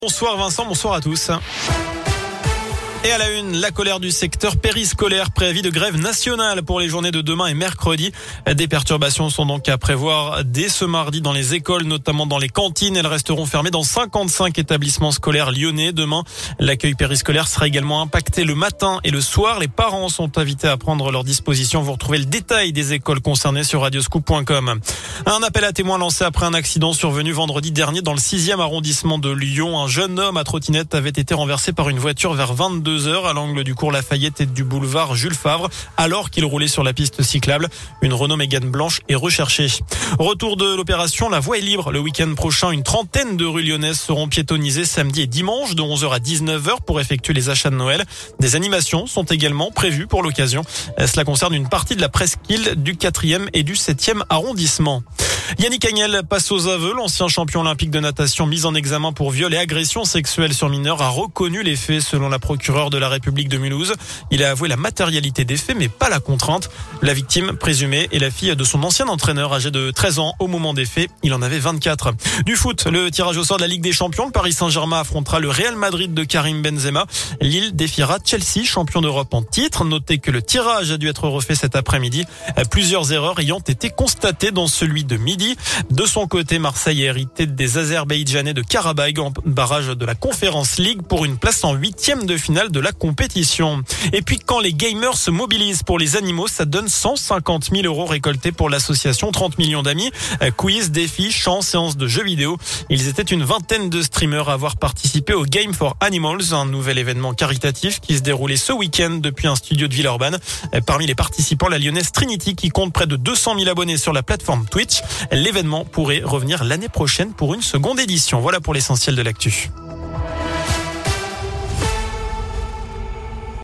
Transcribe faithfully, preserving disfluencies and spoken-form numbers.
Bonsoir Vincent, bonsoir à tous. Et à la une, la colère du secteur périscolaire, préavis de grève nationale pour les journées de demain et mercredi. Des perturbations sont donc à prévoir dès ce mardi dans les écoles, notamment dans les cantines. Elles resteront fermées dans cinquante-cinq établissements scolaires lyonnais. Demain, l'accueil périscolaire sera également impacté le matin et le soir. Les parents sont invités à prendre leurs dispositions. Vous retrouvez le détail des écoles concernées sur radioscoop point com. Un appel à témoins lancé après un accident survenu vendredi dernier dans le sixième arrondissement de Lyon. Un jeune homme à trottinette avait été renversé par une voiture vers vingt-deux heures à l'angle du cours Lafayette et du boulevard Jules Favre alors qu'il roulait sur la piste cyclable. Une Renault Mégane blanche est recherchée. Retour de l'opération La Voie est libre. Le week-end prochain, une trentaine de rues lyonnaises seront piétonnisées samedi et dimanche de onze heures à dix-neuf heures pour effectuer les achats de Noël. Des animations sont également prévues pour l'occasion. Cela concerne une partie de la presqu'île du quatrième et du septième arrondissement. Yannick Agnel passe aux aveux. L'ancien champion olympique de natation mis en examen pour viol et agression sexuelle sur mineur a reconnu les faits selon la procureure de la République de Mulhouse. Il a avoué la matérialité des faits mais pas la contrainte. La victime présumée est la fille de son ancien entraîneur âgé de treize ans au moment des faits. Il en avait vingt-quatre. Du foot, le tirage au sort de la Ligue des Champions. Le Paris Saint-Germain affrontera le Real Madrid de Karim Benzema. Lille défiera Chelsea, champion d'Europe en titre. Notez que le tirage a dû être refait cet après-midi. Plusieurs erreurs ayant été constatées dans celui de midi. De son côté, Marseille a hérité des Azerbaïdjanais de Karabagh en barrage de la Conference League pour une place en huitième de finale de la compétition. Et puis quand les gamers se mobilisent pour les animaux, ça donne cent cinquante mille euros récoltés pour l'association trente millions d'amis. Quiz, défis, chants, séances de jeux vidéo. Ils étaient une vingtaine de streamers à avoir participé au Game for Animals, un nouvel événement caritatif qui se déroulait ce week-end depuis un studio de Villeurbanne. Parmi les participants, la lyonnaise Trinity qui compte près de deux cent mille abonnés sur la plateforme Twitch. L'événement pourrait revenir l'année prochaine pour une seconde édition. Voilà pour l'essentiel de l'actu.